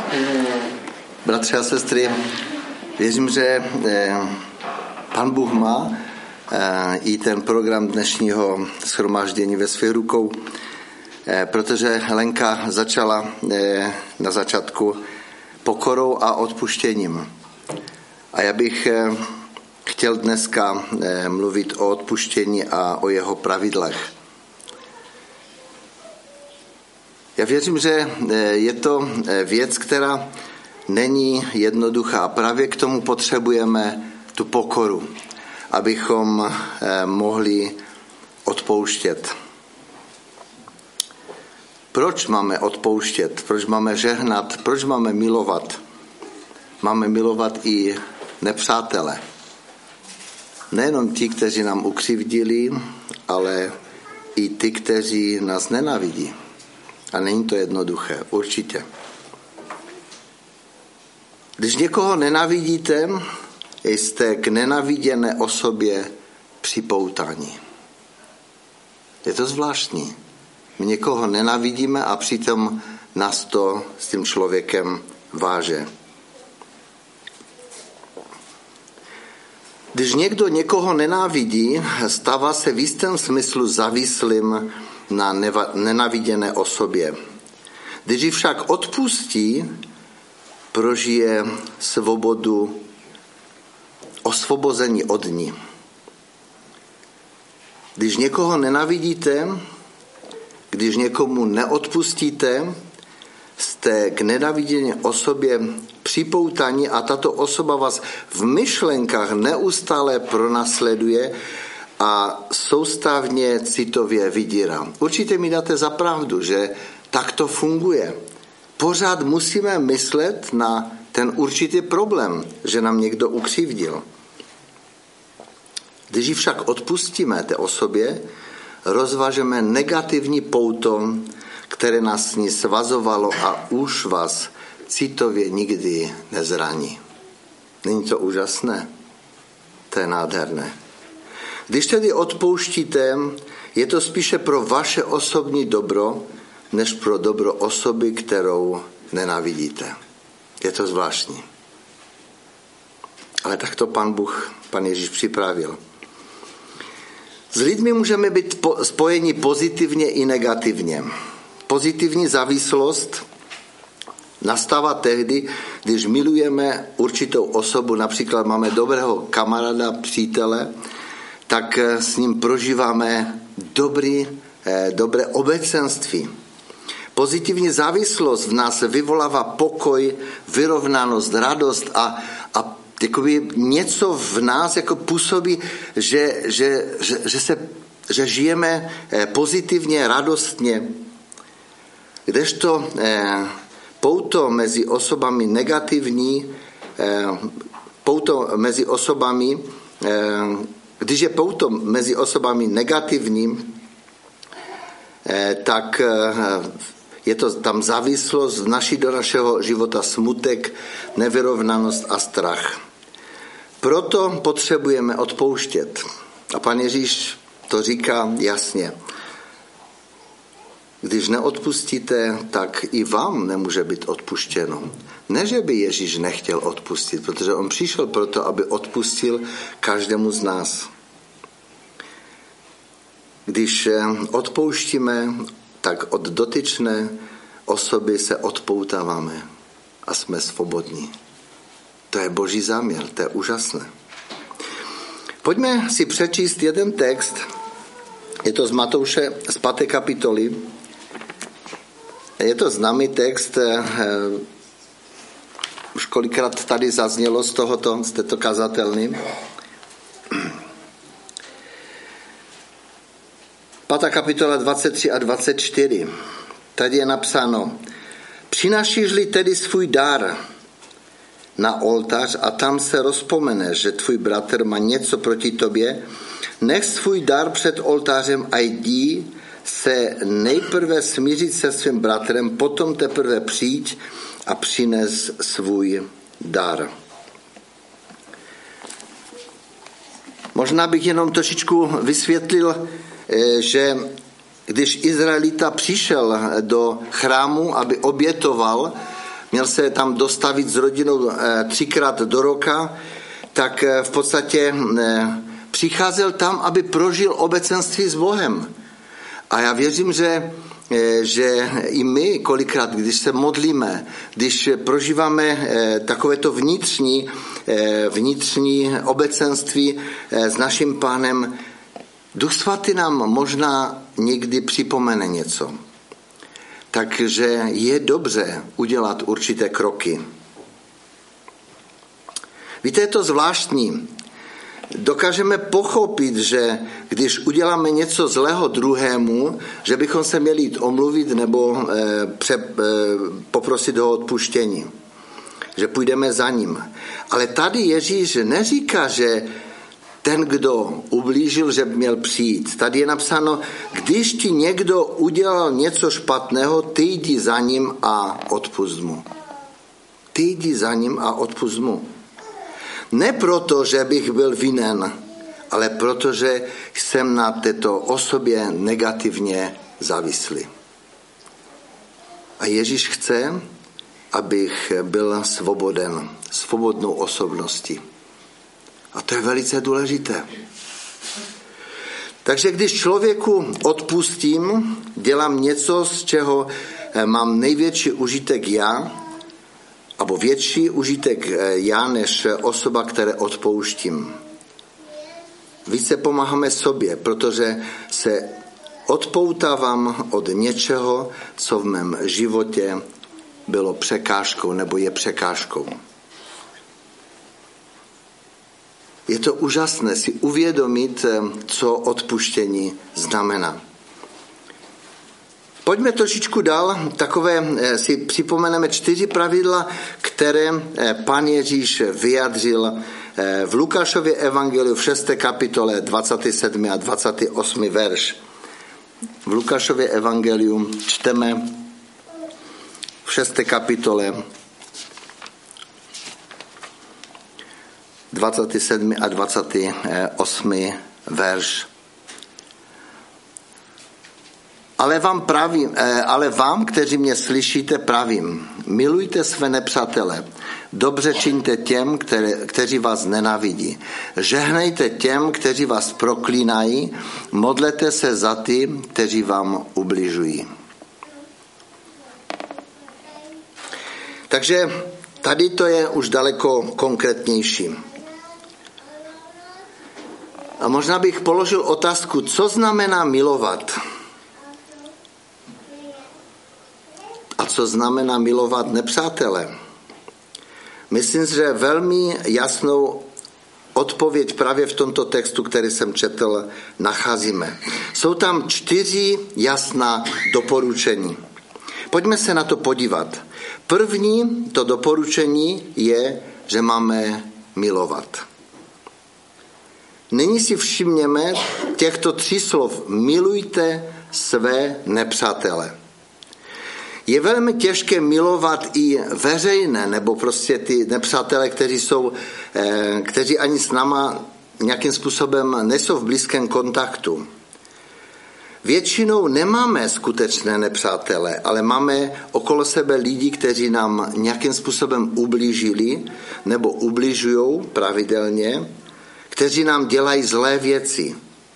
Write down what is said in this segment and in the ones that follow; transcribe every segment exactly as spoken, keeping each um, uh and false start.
Bratři a sestry, věřím, že Pan Bůh má i ten program dnešního shromáždění ve svých rukou, protože Lenka začala na začátku pokorou a odpuštěním. A já bych chtěl dneska mluvit o odpuštění a o jeho pravidlech. Já věřím, že je to věc, která není jednoduchá. Právě k tomu potřebujeme tu pokoru, abychom mohli odpouštět. Proč máme odpouštět? Proč máme žehnat? Proč máme milovat? Máme milovat i nepřátele. Nejenom ti, kteří nám ukřivdili, ale i ty, kteří nás nenávidí. A není to jednoduché, určitě. Když někoho nenávidíte, jste k nenáviděné osobě připoutáni. Je to zvláštní. My někoho nenávidíme a přitom nás to s tím člověkem váže. Když někdo někoho nenávidí, stává se v jistém smyslu závislým na nenáviděné osobě. Když ji však odpustí, prožije svobodu, osvobození od ní. Když někoho nenávidíte, když někomu neodpustíte, jste k nenáviděné osobě připoutáni a tato osoba vás v myšlenkách neustále pronásleduje a soustavně citově vydírá. Určitě mi dáte za pravdu, že tak to funguje. Pořád musíme myslet na ten určitý problém, že nám někdo ukřivdil. Když ji však odpustíme té osobě, rozvažeme negativní pouto, které nás s ní svazovalo a už vás citově nikdy nezraní. Není to úžasné? To je nádherné. Když tedy odpouštíte, je to spíše pro vaše osobní dobro, než pro dobro osoby, kterou nenávidíte. Je to zvláštní. Ale tak to Pan Bůh, Pan Ježíš připravil. S lidmi můžeme být spojeni pozitivně i negativně. Pozitivní závislost nastává tehdy, když milujeme určitou osobu, například máme dobrého kamaráda, přítele, tak s ním prožíváme dobrý, dobré obecenství. Pozitivní závislost v nás vyvolává pokoj, vyrovnanost, radost a, a jakoby něco v nás jako působí, že, že, že, že, se, že žijeme pozitivně, radostně. Kdežto eh, pouto mezi osobami negativní, eh, pouto mezi osobami, eh, když je pouto mezi osobami negativní, eh, tak eh, je to tam závislost, vnaší do našeho života smutek, nevyrovnanost a strach. Proto potřebujeme odpouštět. A Pan Ježíš to říká jasně. Když neodpustíte, tak i vám nemůže být odpuštěno. Ne, že by Ježíš nechtěl odpustit, protože on přišel proto, aby odpustil každému z nás. Když odpouštíme, tak od dotyčné osoby se odpoutáváme a jsme svobodní. To je Boží záměr, to je úžasné. Pojďme si přečíst jeden text, je to z Matouše z páté kapitoly. Je to známý text, už kolikrát tady zaznělo z tohoto, z této kazatelny. Pátá kapitola dvacet tři a dvacet čtyři. Tady je napsáno: Přinášíš-li tedy svůj dar na oltář a tam se rozpomeneš, že tvůj bratr má něco proti tobě, nech svůj dar před oltářem a jdi se nejprve smířit se svým bratrem, potom teprve přijď a přines svůj dar. Možná bych jenom trošičku vysvětlil, že když Izraelita přišel do chrámu, aby obětoval, měl se tam dostavit s rodinou třikrát do roka, tak v podstatě přicházel tam, aby prožil obecenství s Bohem. A já věřím, že, že i my kolikrát, když se modlíme, když prožíváme takovéto vnitřní, vnitřní obecenství s naším Pánem, Duch Svatý nám možná někdy připomene něco. Takže je dobře udělat určité kroky. Víte, je to zvláštní. Dokážeme pochopit, že když uděláme něco zlého druhému, že bychom se měli jít omluvit nebo eh, pře, eh, poprosit ho odpuštění. Že půjdeme za ním. Ale tady Ježíš neříká, že ten, kdo ublížil, že měl přijít. Tady je napsáno, když ti někdo udělal něco špatného, ty jdi za ním a odpusť mu. Ty jdi za ním a odpusť mu. Ne proto, že bych byl vinen, ale proto, že jsem na této osobě negativně závislý. A Ježíš chce, abych byl svoboden, svobodnou osobností. A to je velice důležité. Takže když člověku odpustím, dělám něco, z čeho mám největší užitek já, nebo větší užitek já, než osoba, které odpouštím. Více pomáháme sobě, protože se odpoutávám od něčeho, co v mém životě bylo překážkou nebo je překážkou. Je to úžasné si uvědomit, co odpuštění znamená. Pojďme trošičku dál, takové si připomeneme čtyři pravidla, které Pán Ježíš vyjadřil v Lukášově evangeliu v šesté kapitole dvacátý sedmý a dvacátý osmý verš. V Lukášově evangeliu čteme v šesté kapitole dvacátý sedmý a dvacátý osmý verš. Ale vám, pravím, ale vám, kteří mě slyšíte, pravím, milujte své nepřátele, dobře čiňte těm, které, kteří vás nenávidí, žehnejte těm, kteří vás proklínají, modlete se za ty, kteří vám ubližují. Takže tady to je už daleko konkrétnější. A možná bych položil otázku, co znamená milovat? A co znamená milovat nepřátele? Myslím, že velmi jasnou odpověď právě v tomto textu, který jsem četl, nacházíme. Jsou tam čtyři jasná doporučení. Pojďme se na to podívat. První to doporučení je, že máme milovat. Nyní si všimněme těchto tří slov. Milujte své nepřátele. Je velmi těžké milovat i veřejné, nebo prostě ty nepřátelé, kteří jsou, kteří ani s náma nějakým způsobem nejsou v blízkém kontaktu. Většinou nemáme skutečné nepřátele, ale máme okolo sebe lidi, kteří nám nějakým způsobem ublížili nebo ubližují pravidelně, kteří nám dělají zlé věci.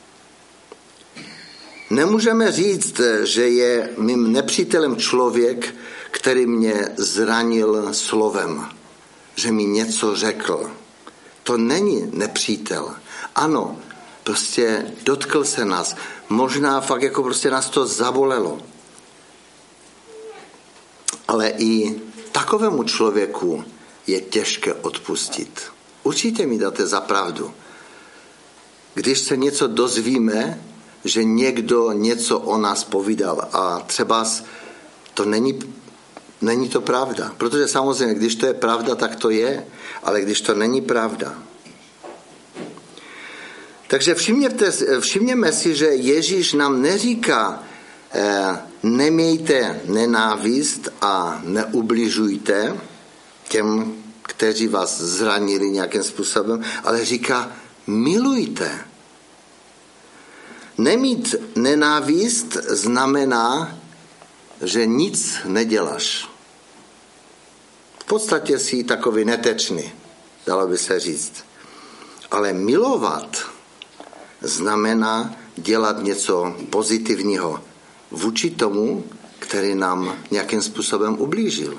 Nemůžeme říct, že je mým nepřítelem člověk, který mě zranil slovem, že mi něco řekl. To není nepřítel. Ano, prostě dotkl se nás. Možná fakt jako prostě nás to zabolelo. Ale i takovému člověku je těžké odpustit. Určitě mi dáte za pravdu. Když se něco dozvíme, že někdo něco o nás povídal a třeba to není, není to pravda. Protože samozřejmě, když to je pravda, tak to je, ale když to není pravda. Takže všimněte, všimněme si, že Ježíš nám neříká, eh, nemějte nenávist a neubližujte těm, kteří vás zranili nějakým způsobem, ale říká, milujte. Nemít nenávist znamená, že nic neděláš. podstatě si takový netečný, dalo by se říct. Ale milovat znamená dělat něco pozitivního vůči tomu, který nám nějakým způsobem ublížil.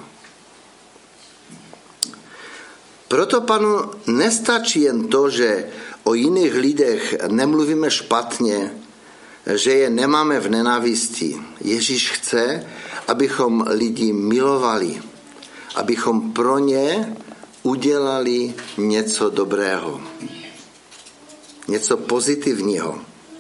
Proto Panu nestačí jen to, že o jiných lidech nemluvíme špatně, že je nemáme v nenávisti. Ježíš chce, abychom lidi milovali, abychom pro ně udělali něco dobrého, něco pozitivního.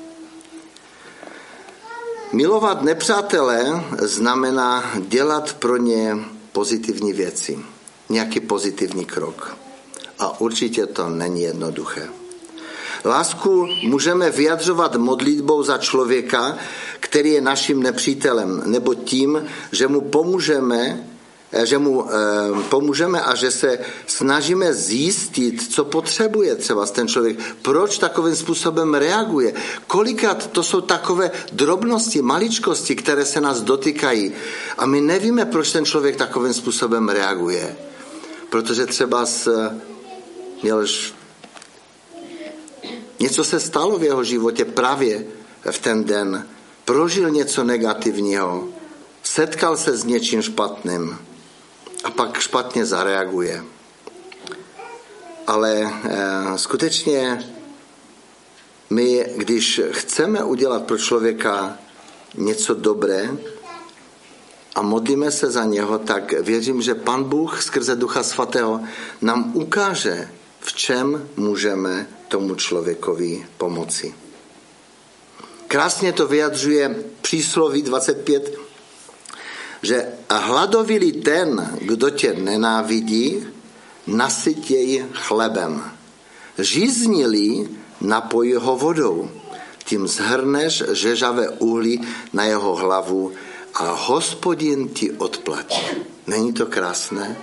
Milovat nepřátele znamená dělat pro ně pozitivní věci, nějaký pozitivní krok. A určitě to není jednoduché. Lásku můžeme vyjadřovat modlitbou za člověka, který je naším nepřítelem, nebo tím, že mu pomůžeme, že mu e, pomůžeme a že se snažíme zjistit, co potřebuje třeba ten člověk, proč takovým způsobem reaguje. Kolikrát to jsou takové drobnosti, maličkosti, které se nás dotýkají a my nevíme, proč ten člověk takovým způsobem reaguje. Protože třeba s, mělž, něco se stalo v jeho životě právě v ten den, prožil něco negativního, setkal se s něčím špatným a pak špatně zareaguje. Ale e, skutečně my, když chceme udělat pro člověka něco dobré a modlíme se za něho, tak věřím, že Pan Bůh skrze Ducha Svatého nám ukáže, v čem můžeme tomu člověkovi pomoci. Krásně to vyjadřuje přísloví dvacet pět, že hladovili ten, kdo tě nenávidí, nasytěj chlebem. Žíznili, napoj ho vodou. Tím zhrneš žežavé uhlí na jeho hlavu a Hospodin ti odplatí. Není to krásné?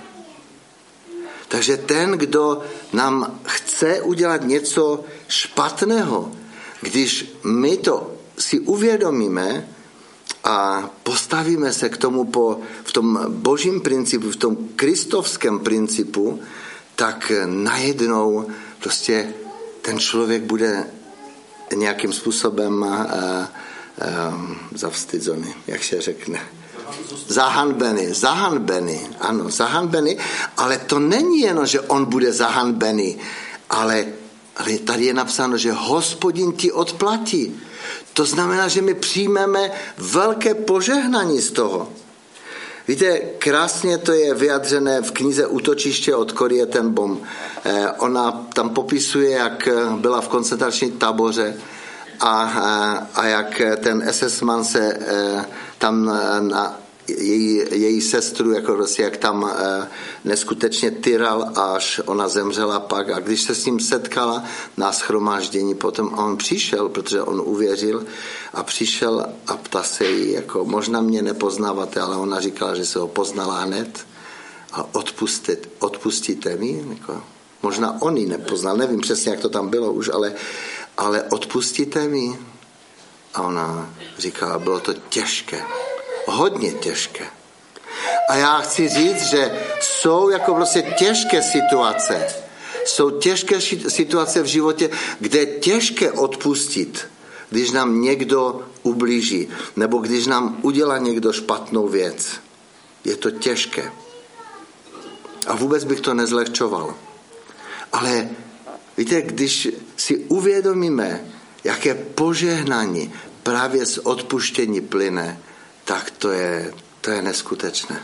Takže ten, kdo nám chce udělat něco špatného, když my to si uvědomíme a postavíme se k tomu po, v tom božím principu, v tom kristovském principu, tak najednou prostě ten člověk bude nějakým způsobem uh, uh, zavstydzony, jak se řekne. Zahanbený, zahanbený, ano, zahanbený, ale to není jenom, že on bude zahanbený, ale, ale tady je napsáno, že Hospodin ti odplatí. To znamená, že my přijmeme velké požehnání z toho. Víte, krásně to je vyjadřené v knize Útočiště od Corrie ten Boom. Eh, ona tam popisuje, jak byla v koncentračním táboře a, a, a jak ten esesman se eh, tam na její, její sestru, jako prostě, jak tam eh, neskutečně tyral, až ona zemřela pak. A když se s ním setkala na shromáždění, potom on přišel, protože on uvěřil a přišel a ptá se jí, jako možná mě nepoznáváte, ale ona říkala, že se ho poznala hned a odpustit, odpustíte mi, jako, možná on ji nepoznal, nevím přesně, jak to tam bylo už, ale, ale odpustíte mi. A ona říkala, bylo to těžké. Hodně těžké. A já chci říct, že jsou jako prostě těžké situace. Jsou těžké situace v životě, kde je těžké odpustit, když nám někdo ublíží, nebo když nám udělá někdo špatnou věc. Je to těžké. A vůbec bych to nezlehčoval. Ale víte, když si uvědomíme, jaké požehnání právě z odpuštění plyne, tak to je, to je neskutečné.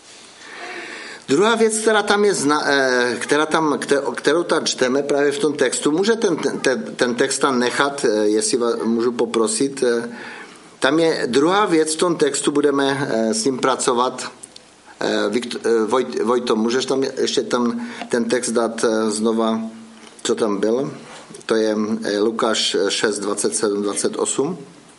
Druhá věc, která tam je, která tam, kterou tam čteme právě v tom textu, může ten, ten, ten text tam nechat, jestli vás můžu poprosit. Tam je druhá věc v tom textu, budeme s ním pracovat. Vojt, Vojto, můžeš tam ještě tam ten text dát znova, co tam byl? To je Lukáš šest, dvacet sedm, dvacet osm.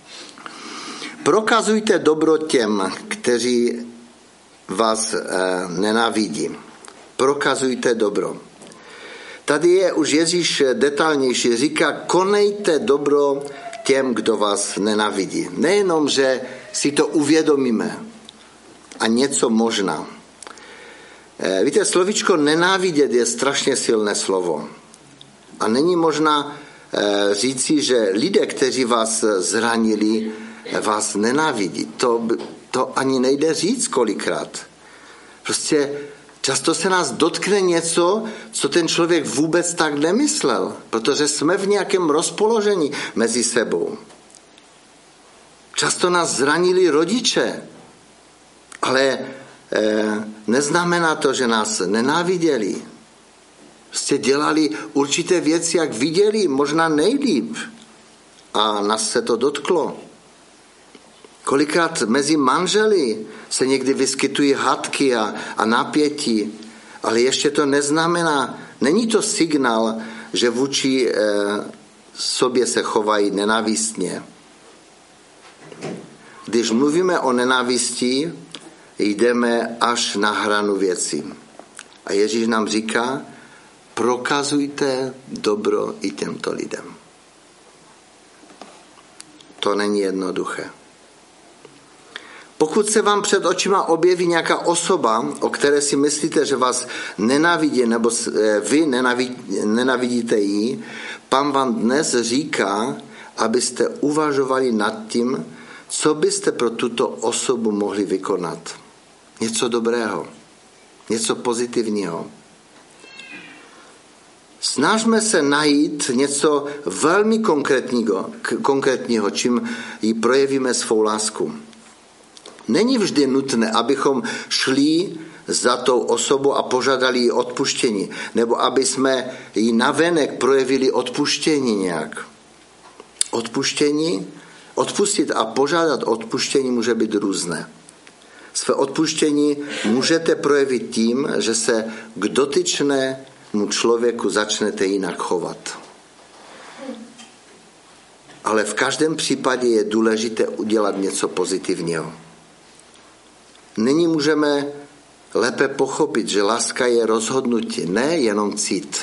Prokazujte dobro těm, kteří vás eh, nenávidí. Prokazujte dobro. Tady je už Ježíš detailnější. Říká, konejte dobro těm, kdo vás nenávidí. Nejenom, že si to uvědomíme a něco možná. Víte, slovíčko nenávidět je strašně silné slovo. A není možná říci, že lidé, kteří vás zranili, vás nenávidí. To, to ani nejde říct kolikrát. Prostě často se nás dotkne něco, co ten člověk vůbec tak nemyslel, protože jsme v nějakém rozpoložení mezi sebou. Často nás zranili rodiče, ale eh, neznamená to, že nás nenáviděli. Prostě dělali určité věci, jak viděli, možná nejlíp. A nás se to dotklo. Kolikrát mezi manželi se někdy vyskytují hádky a, a napětí, ale ještě to neznamená, není to signál, že vůči eh, sobě se chovají nenávistně. Když mluvíme o nenávisti, jdeme až na hranu věcí. A Ježíš nám říká, prokazujte dobro i těmto lidem. To není jednoduché. Pokud se vám před očima objeví nějaká osoba, o které si myslíte, že vás nenávidí, nebo vy nenávidíte ji, Pán vám dnes říká, abyste uvažovali nad tím, co byste pro tuto osobu mohli vykonat. Něco dobrého, něco pozitivního. Snažme se najít něco velmi konkrétního, konkrétního, čím jí projevíme svou lásku. Není vždy nutné, abychom šli za tou osobou a požádali jí odpuštění, nebo aby jsme jí navenek projevili odpuštění nějak. Odpuštění, odpustit a požádat odpuštění může být různé. Své odpuštění můžete projevit tím, že se k dotyčnému člověku začnete jinak chovat. Ale v každém případě je důležité udělat něco pozitivního. Nyní můžeme lépe pochopit, že láska je rozhodnutí, ne jenom cit.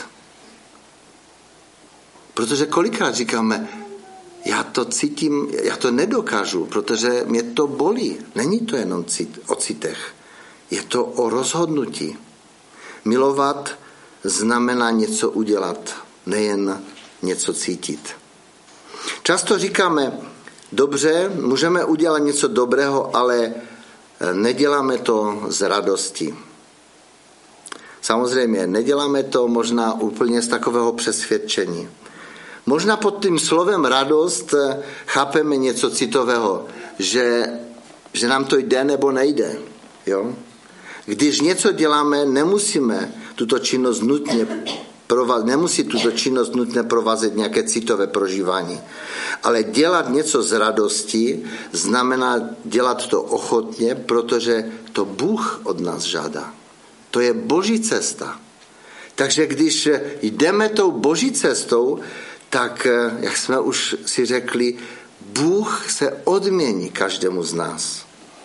Protože kolikrát říkáme, já to cítím, já to nedokážu, protože mě to bolí. Není to jenom cit, o citech. Je to o rozhodnutí. Milovat znamená něco udělat, nejen něco cítit. Často říkáme, dobře, můžeme udělat něco dobrého, ale neděláme to z radosti. Samozřejmě, neděláme to možná úplně z takového přesvědčení. Možná pod tím slovem radost chápeme něco citového, že, že nám to jde nebo nejde. Jo? Když něco děláme, nemusíme tuto činnost nutně provázet, nemusí tuto činnost nutně provázet nějaké citové prožívání. Ale dělat něco z radosti znamená dělat to ochotně, protože to Bůh od nás žádá. To je Boží cesta. Takže když jdeme tou Boží cestou, tak, jak jsme už si řekli, Bůh se odmění každému z nás.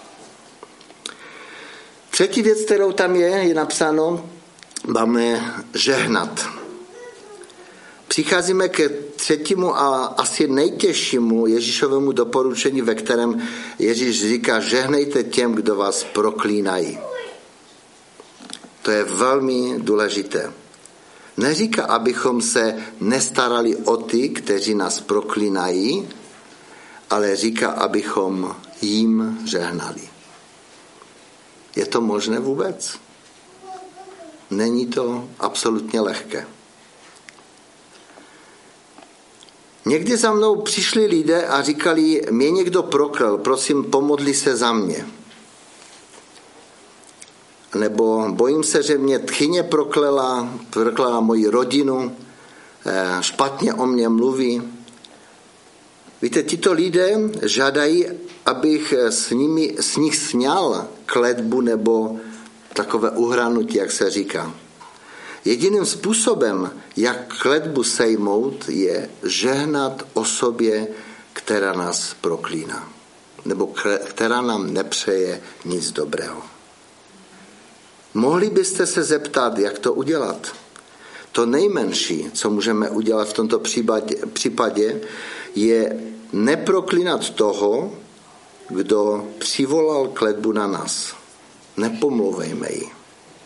Třetí věc, kterou tam je, je napsáno, máme žehnat. Přicházíme ke třetímu a asi nejtěžšímu Ježíšovému doporučení, ve kterém Ježíš říká, žehnejte těm, kdo vás proklínají. To je velmi důležité. Neříká, abychom se nestarali o ty, kteří nás proklínají, ale říká, abychom jim žehnali. Je to možné vůbec? Není to absolutně lehké. Někdy za mnou přišli lidé a říkali, mě někdo proklel, prosím, pomodli se za mě. Nebo bojím se, že mě tchyně proklela, proklela moji rodinu, špatně o mě mluví. Víte, tito lidé žádají, abych s, nimi, s nich sňal kletbu nebo takové uhranutí, jak se říká. Jediným způsobem, jak kletbu sejmout, je žehnat osobě, která nás proklíná, nebo která nám nepřeje nic dobrého. Mohli byste se zeptat, jak to udělat? To nejmenší, co můžeme udělat v tomto případě, případě je neproklínat toho, kdo přivolal kletbu na nás. Nepomlouvejme ji.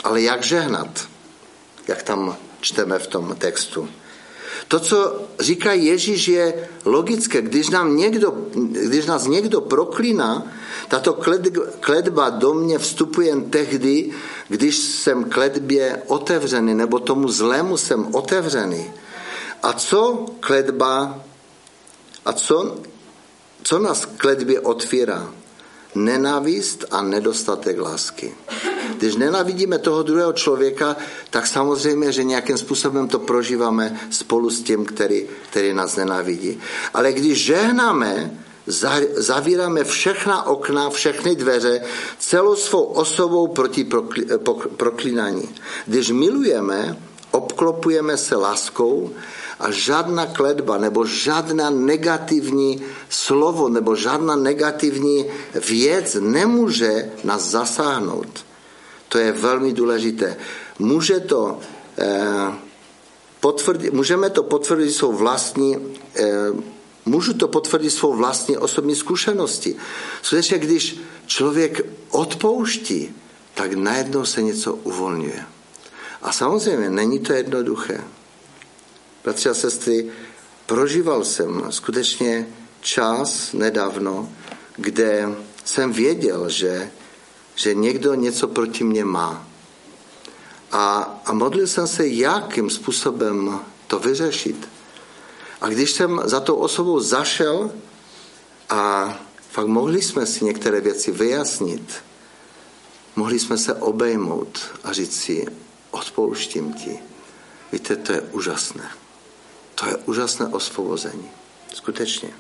ale jak žehnat, jak tam čteme v tom textu. To, co říká Ježíš, je logické. Když, nám někdo, když nás někdo proklíná, tato kletba do mě vstupuje jen tehdy, když jsem kletbě otevřený, nebo tomu zlému jsem otevřený. A co kletba, a co, co nás kletbě otvírá? Nenávist a nedostatek lásky. Když nenávidíme toho druhého člověka, tak samozřejmě, že nějakým způsobem to prožíváme spolu s tím, který, který nás nenávidí. Ale když žehnáme, zavíráme všechna okna, všechny dveře, celou svou osobou proti proklínání. Když milujeme, obklopujeme se láskou a žádná kletba nebo žádná negativní slovo nebo žádná negativní věc nemůže nás zasáhnout. To je velmi důležité. Může to, eh, potvrdit, můžeme to potvrdit svou vlastní, eh, můžu to potvrdit svou vlastní osobní zkušenosti. Skutečně, když člověk odpouští, tak najednou se něco uvolňuje. A samozřejmě není to jednoduché. Bratři a sestry, prožíval jsem skutečně čas nedávno, kde jsem věděl, že, že někdo něco proti mně má. A, a modlil jsem se, jakým způsobem to vyřešit. A když jsem za tou osobou zašel a fakt mohli jsme si některé věci vyjasnit, mohli jsme se obejmout a říct si, odpouštím ti. Víte, to je úžasné. To je úžasné osvobození. Skutečně.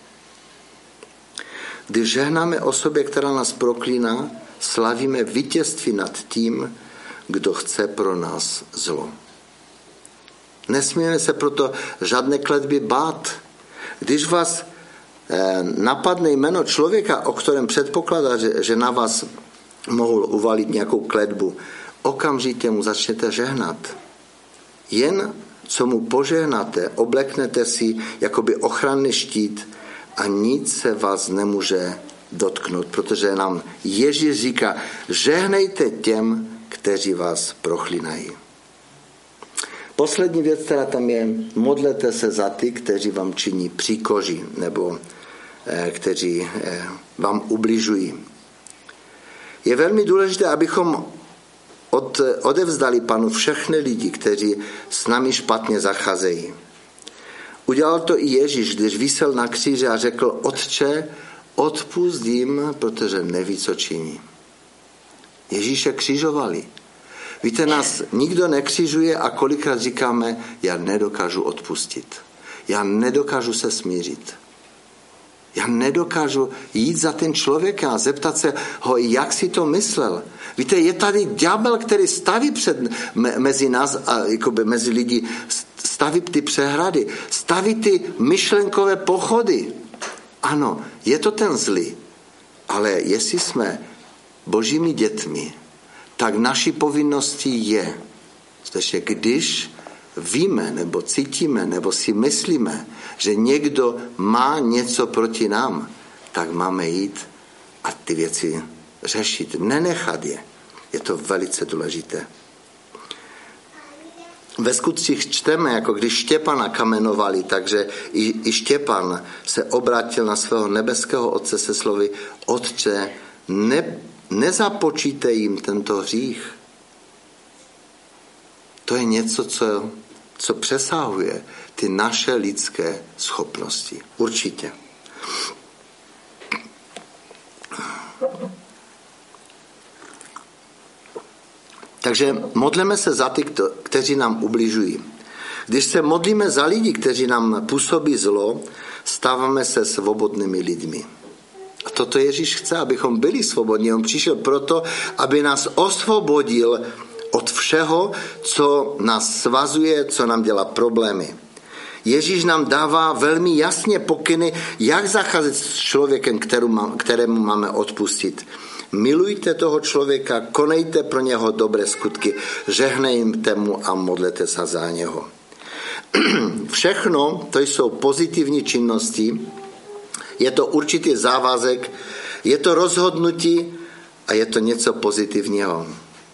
Když žehnáme osobě, která nás proklíná, slavíme vítězství nad tím, kdo chce pro nás zlo. Nesmíme se proto žádné kletby bát. Když vás eh, napadne jméno člověka, o kterém předpokládá, že, že na vás mohl uvalit nějakou kletbu, okamžitě mu začněte žehnat. Jen co mu požehnáte, obleknete si jakoby ochranný štít a nic se vás nemůže dotknout, protože nám Ježíš říká, žehnejte těm, kteří vás proklínají. Poslední věc, která tam je, modlete se za ty, kteří vám činí příkoří, nebo eh, kteří eh, vám ubližují. Je velmi důležité, abychom od, odevzdali Panu všechny lidi, kteří s námi špatně zacházejí. Udělal to i Ježíš, když visel na kříži a řekl, Otče, odpusť jim, protože neví, co činí. Ježíše křižovali. Víte, nás nikdo nekřižuje a kolikrát říkáme, já nedokážu odpustit. Já nedokážu se smířit. Já nedokážu jít za ten člověka a zeptat se ho, jak si to myslel. Víte, je tady ďábel, který staví před, me, mezi nás a jakoby mezi lidi, staví ty přehrady, staví ty myšlenkové pochody. Ano, je to ten zlý, ale jestli jsme božími dětmi, tak naší povinností je, že když víme, nebo cítíme, nebo si myslíme, že někdo má něco proti nám, tak máme jít a ty věci řešit, nenechat je. Je to velice důležité. Ve skutcích čteme, jako když Štěpana kamenovali, takže i, i Štěpan se obrátil na svého nebeského Otce se slovy, Otče, ne, nezapočítej jim tento hřích. To je něco, co, co přesahuje ty naše lidské schopnosti. Určitě. Takže modlíme se za ty, kteří nám ubližují. Když se modlíme za lidi, kteří nám působí zlo, stáváme se svobodnými lidmi. A toto Ježíš chce, abychom byli svobodní. On přišel proto, aby nás osvobodil od všeho, co nás svazuje, co nám dělá problémy. Ježíš nám dává velmi jasně pokyny, jak zacházet s člověkem, kterému máme odpustit. Milujte toho člověka, konejte pro něho dobré skutky, žehnejte mu a modlete se za něho. Všechno to jsou pozitivní činnosti, je to určitý závazek, je to rozhodnutí a je to něco pozitivního.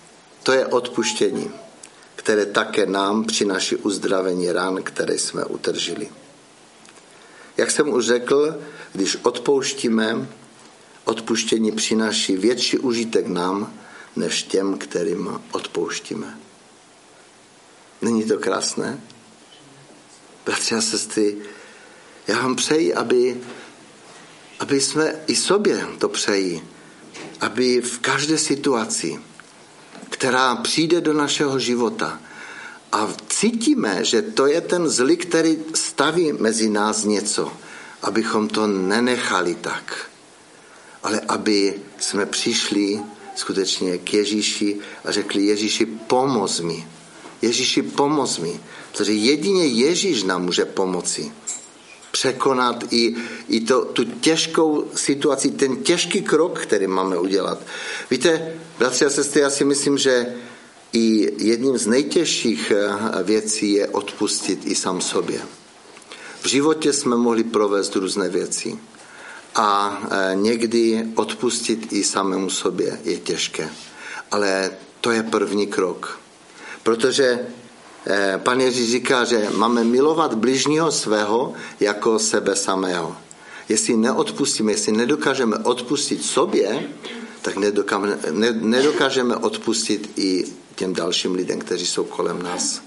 to je odpuštění, které také nám přináší uzdravení ran, které jsme utržili. Jak jsem už řekl, když odpouštíme, odpuštění přináší větší užitek nám, než těm, kterým odpouštíme. Není to krásné? Bratři a sestry, já vám přeji, aby, aby jsme i sobě to přeji, aby v každé situaci, která přijde do našeho života a cítíme, že to je ten zlý, který staví mezi nás něco, abychom to nenechali tak, ale aby jsme přišli skutečně k Ježíši a řekli: Ježíši, pomoz mi. Ježíši, pomoz mi. Protože jedině Ježíš nám může pomoci překonat i, i to, tu těžkou situaci, ten těžký krok, který máme udělat. Víte, bratři a sestry, já si myslím, že i jedním z nejtěžších věcí je odpustit i sám sobě. V životě jsme mohli provést různé věci a někdy odpustit i samému sobě je těžké. Ale to je první krok. Protože Pan Ježíš říká, že máme milovat bližního svého jako sebe samého. Jestli neodpustíme, jestli nedokážeme odpustit sobě, tak nedokážeme, nedokážeme odpustit i těm dalším lidem, kteří jsou kolem nás.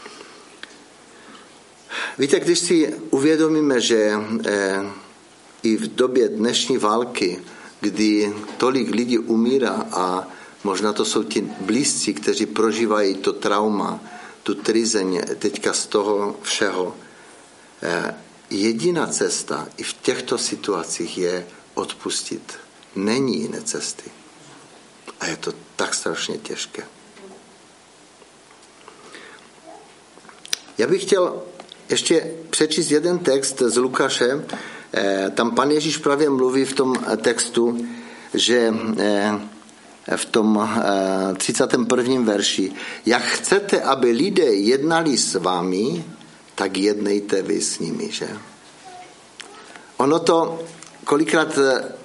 Víte, když si uvědomíme, že i v době dnešní války, kdy tolik lidí umírá a možná to jsou ti blízcí, kteří prožívají to trauma, tu trizeň teďka z toho všeho. Jediná cesta i v těchto situacích je odpustit. Není jiné cesty. A je to tak strašně těžké. Já bych chtěl ještě přečíst jeden text z Lukáše. Tam Pan Ježíš právě mluví v tom textu, že v tom třicátém prvním verši: jak chcete, aby lidé jednali s vámi, tak jednejte vy s nimi, že? Ono to kolikrát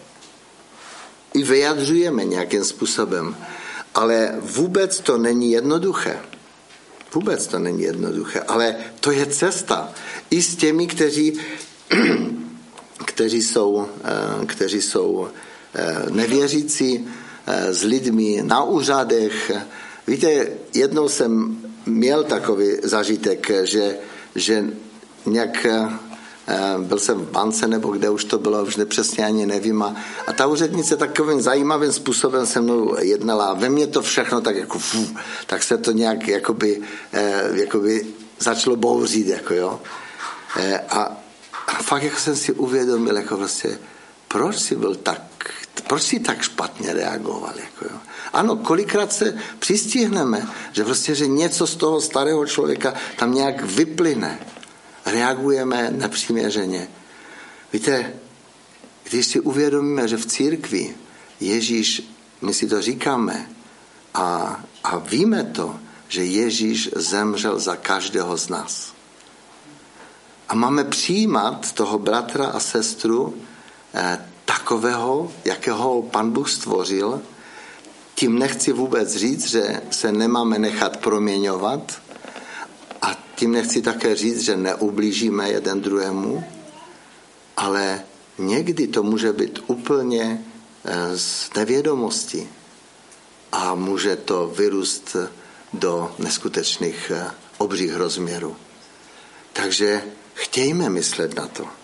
i vyjadřujeme nějakým způsobem, ale vůbec to není jednoduché. Vůbec to není jednoduché, ale to je cesta. I s těmi, kteří, kteří jsou, kteří jsou nevěřící, s lidmi na úřadech. Víte, jednou jsem měl takový zážitek, že, že nějak byl jsem v bance, nebo kde už to bylo, už nepřesně ani nevím. A, a ta úřednice takovým zajímavým způsobem se mnou jednala. A ve mně to všechno tak jako fů, tak se to nějak jakoby, eh, jakoby začalo bouřit. Jako, jo. Eh, a, a fakt jako jsem si uvědomil, jako vlastně, proč jsi byl tak, proč jsi tak špatně reagoval. Jako, jo. Ano, kolikrát se přistihneme, že prostě, že něco z toho starého člověka tam nějak vyplyne. Reagujeme nepřiměřeně. Víte, když si uvědomíme, že v církvi Ježíš, my si to říkáme a, a víme to, že Ježíš zemřel za každého z nás. A máme přijímat toho bratra a sestru eh, takového, jakého Pan Bůh stvořil. Tím nechci vůbec říct, že se nemáme nechat proměňovat, a tím nechci také říct, že neublížíme jeden druhému, ale někdy to může být úplně z nevědomosti a může to vyrůst do neskutečných obřích rozměrů. Takže chtějme myslet na to.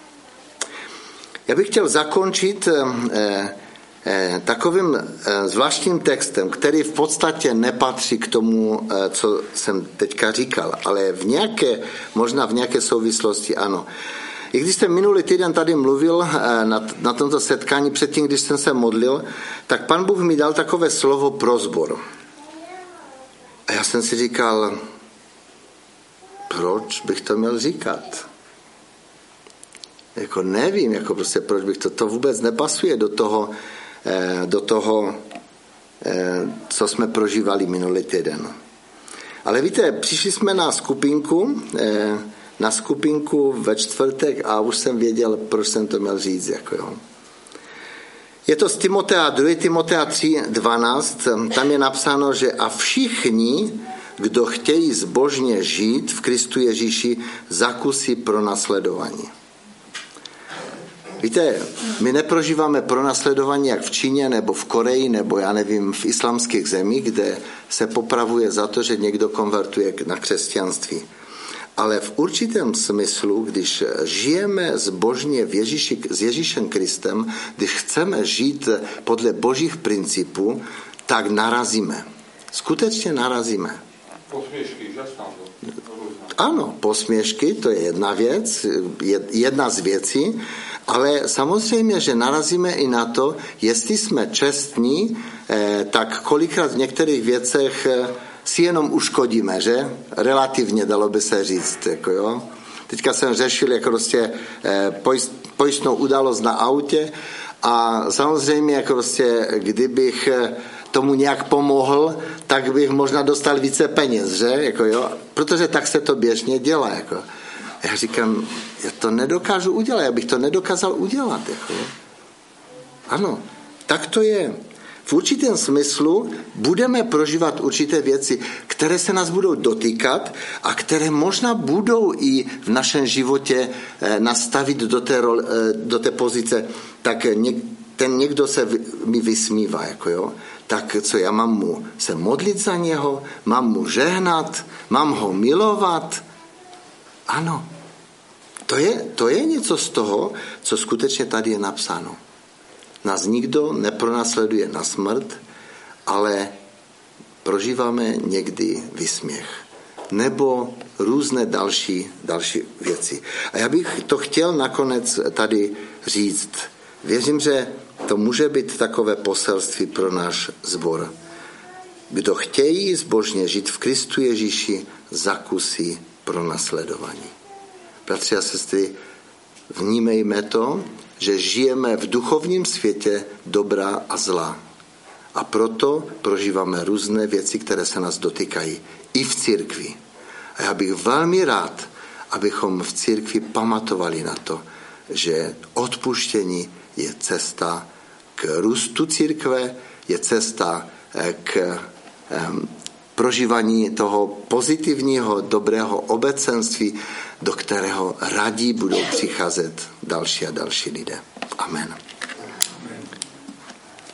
Já bych chtěl zakončit takovým zvláštním textem, který v podstatě nepatří k tomu, co jsem teďka říkal, ale v nějaké, možná v nějaké souvislosti ano. I když jsem minulý týden tady mluvil na, na tomto setkání, předtím, když jsem se modlil, tak Pan Bůh mi dal takové slovo prosbor. A já jsem si říkal, proč bych to měl říkat? Jako nevím, jako prostě proč bych to, to vůbec nepasuje do toho, do toho, co jsme prožívali minulý týden. Ale víte, přišli jsme na skupinku, na skupinku ve čtvrtek a už jsem věděl, proč jsem to měl říct. Jako jo. Je to z Timotea, druhá Timotea tři dvanáct, tam je napsáno, že a všichni, kdo chtějí zbožně žít v Kristu Ježíši, zakusí pronásledování. Víte, my neprožíváme pronásledování jak v Číně nebo v Koreji nebo já nevím v islamských zemích, kde se popravuje za to, že někdo konvertuje na křesťanství. Ale v určitém smyslu, když žijeme zbožně v Ježíši, s Ježíšem Kristem, když chceme žít podle božích principů, tak narazíme. Skutečně narazíme. Posměšky, že tam Ano, posměšky, to je jedna věc, jedna z věcí, ale samozřejmě, že narazíme i na to, jestli jsme čestní, tak kolikrát v některých věcech si jenom uškodíme, že? Relativně dalo by se říct. Jako jo. Teďka jsem řešil jako prostě pojistnou událost na autě a samozřejmě jako prostě, kdybych tomu nějak pomohl, tak bych možná dostal více peněz, že? Jako jo. Protože tak se to běžně dělá. Jako. Já říkám, já to nedokážu udělat, já bych to nedokázal udělat. Jako. Ano, tak to je. V určitém smyslu budeme prožívat určité věci, které se nás budou dotýkat a které možná budou i v našem životě nastavit do té, role, do té pozice, tak ten někdo se mi vysmívá, jako jo. Tak co, já mám mu se modlit za něho, mám mu žehnat, mám ho milovat. Ano, to je, to je něco z toho, co skutečně tady je napsáno. Nás nikdo nepronásleduje na smrt, ale prožíváme někdy výsměch. Nebo různé další, další věci. A já bych to chtěl nakonec tady říct. Věřím, že to může být takové poselství pro náš sbor. Kdo chtějí zbožně žít v Kristu Ježíši, zakusí pronásledování. Bratři a sestry, vnímejme to, že žijeme v duchovním světě dobra a zla. A proto prožíváme různé věci, které se nás dotýkají. I v církvi. A já bych velmi rád, abychom v církvi pamatovali na to, že odpuštění je cesta k růstu církve, je cesta k um, prožívání toho pozitivního, dobrého obecenství, do kterého radí budou přicházet další a další lidé. Amen.